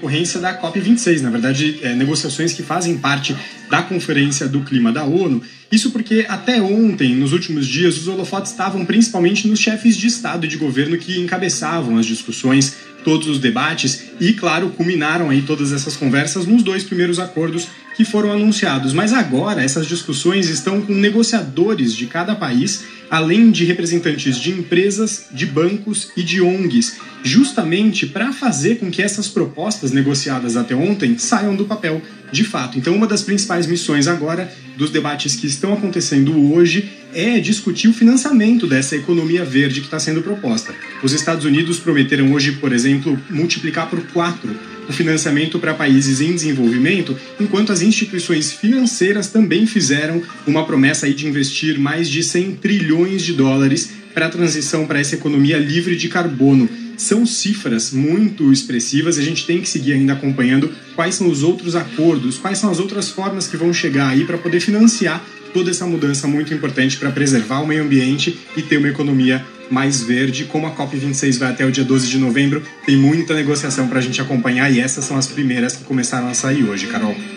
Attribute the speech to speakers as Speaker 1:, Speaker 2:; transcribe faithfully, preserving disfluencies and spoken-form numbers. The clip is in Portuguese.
Speaker 1: Ocorrência da COP vinte e seis, na verdade, é, negociações que fazem parte da Conferência do Clima da ONU. Isso porque até ontem, nos últimos dias, os holofotes estavam principalmente nos chefes de Estado e de governo que encabeçavam as discussões, todos os debates e, claro, culminaram aí todas essas conversas nos dois primeiros acordos que foram anunciados. Mas agora essas discussões estão com negociadores de cada país, além de representantes de empresas, de bancos e de O N Gs, justamente para fazer com que essas propostas negociadas até ontem saiam do papel de fato. Então, uma das principais missões agora dos debates que estão acontecendo hoje é discutir o financiamento dessa economia verde que está sendo proposta. Os Estados Unidos prometeram hoje, por exemplo, multiplicar por quatro o financiamento para países em desenvolvimento, enquanto as instituições financeiras também fizeram uma promessa aí de investir mais de cem trilhões de dólares para a transição para essa economia livre de carbono. São cifras muito expressivas e a gente tem que seguir ainda acompanhando quais são os outros acordos, quais são as outras formas que vão chegar aí para poder financiar toda essa mudança muito importante para preservar o meio ambiente e ter uma economia mais verde. Como a COP vinte e seis vai até o dia doze de novembro, tem muita negociação para a gente acompanhar e essas são as primeiras que começaram a sair hoje, Carol.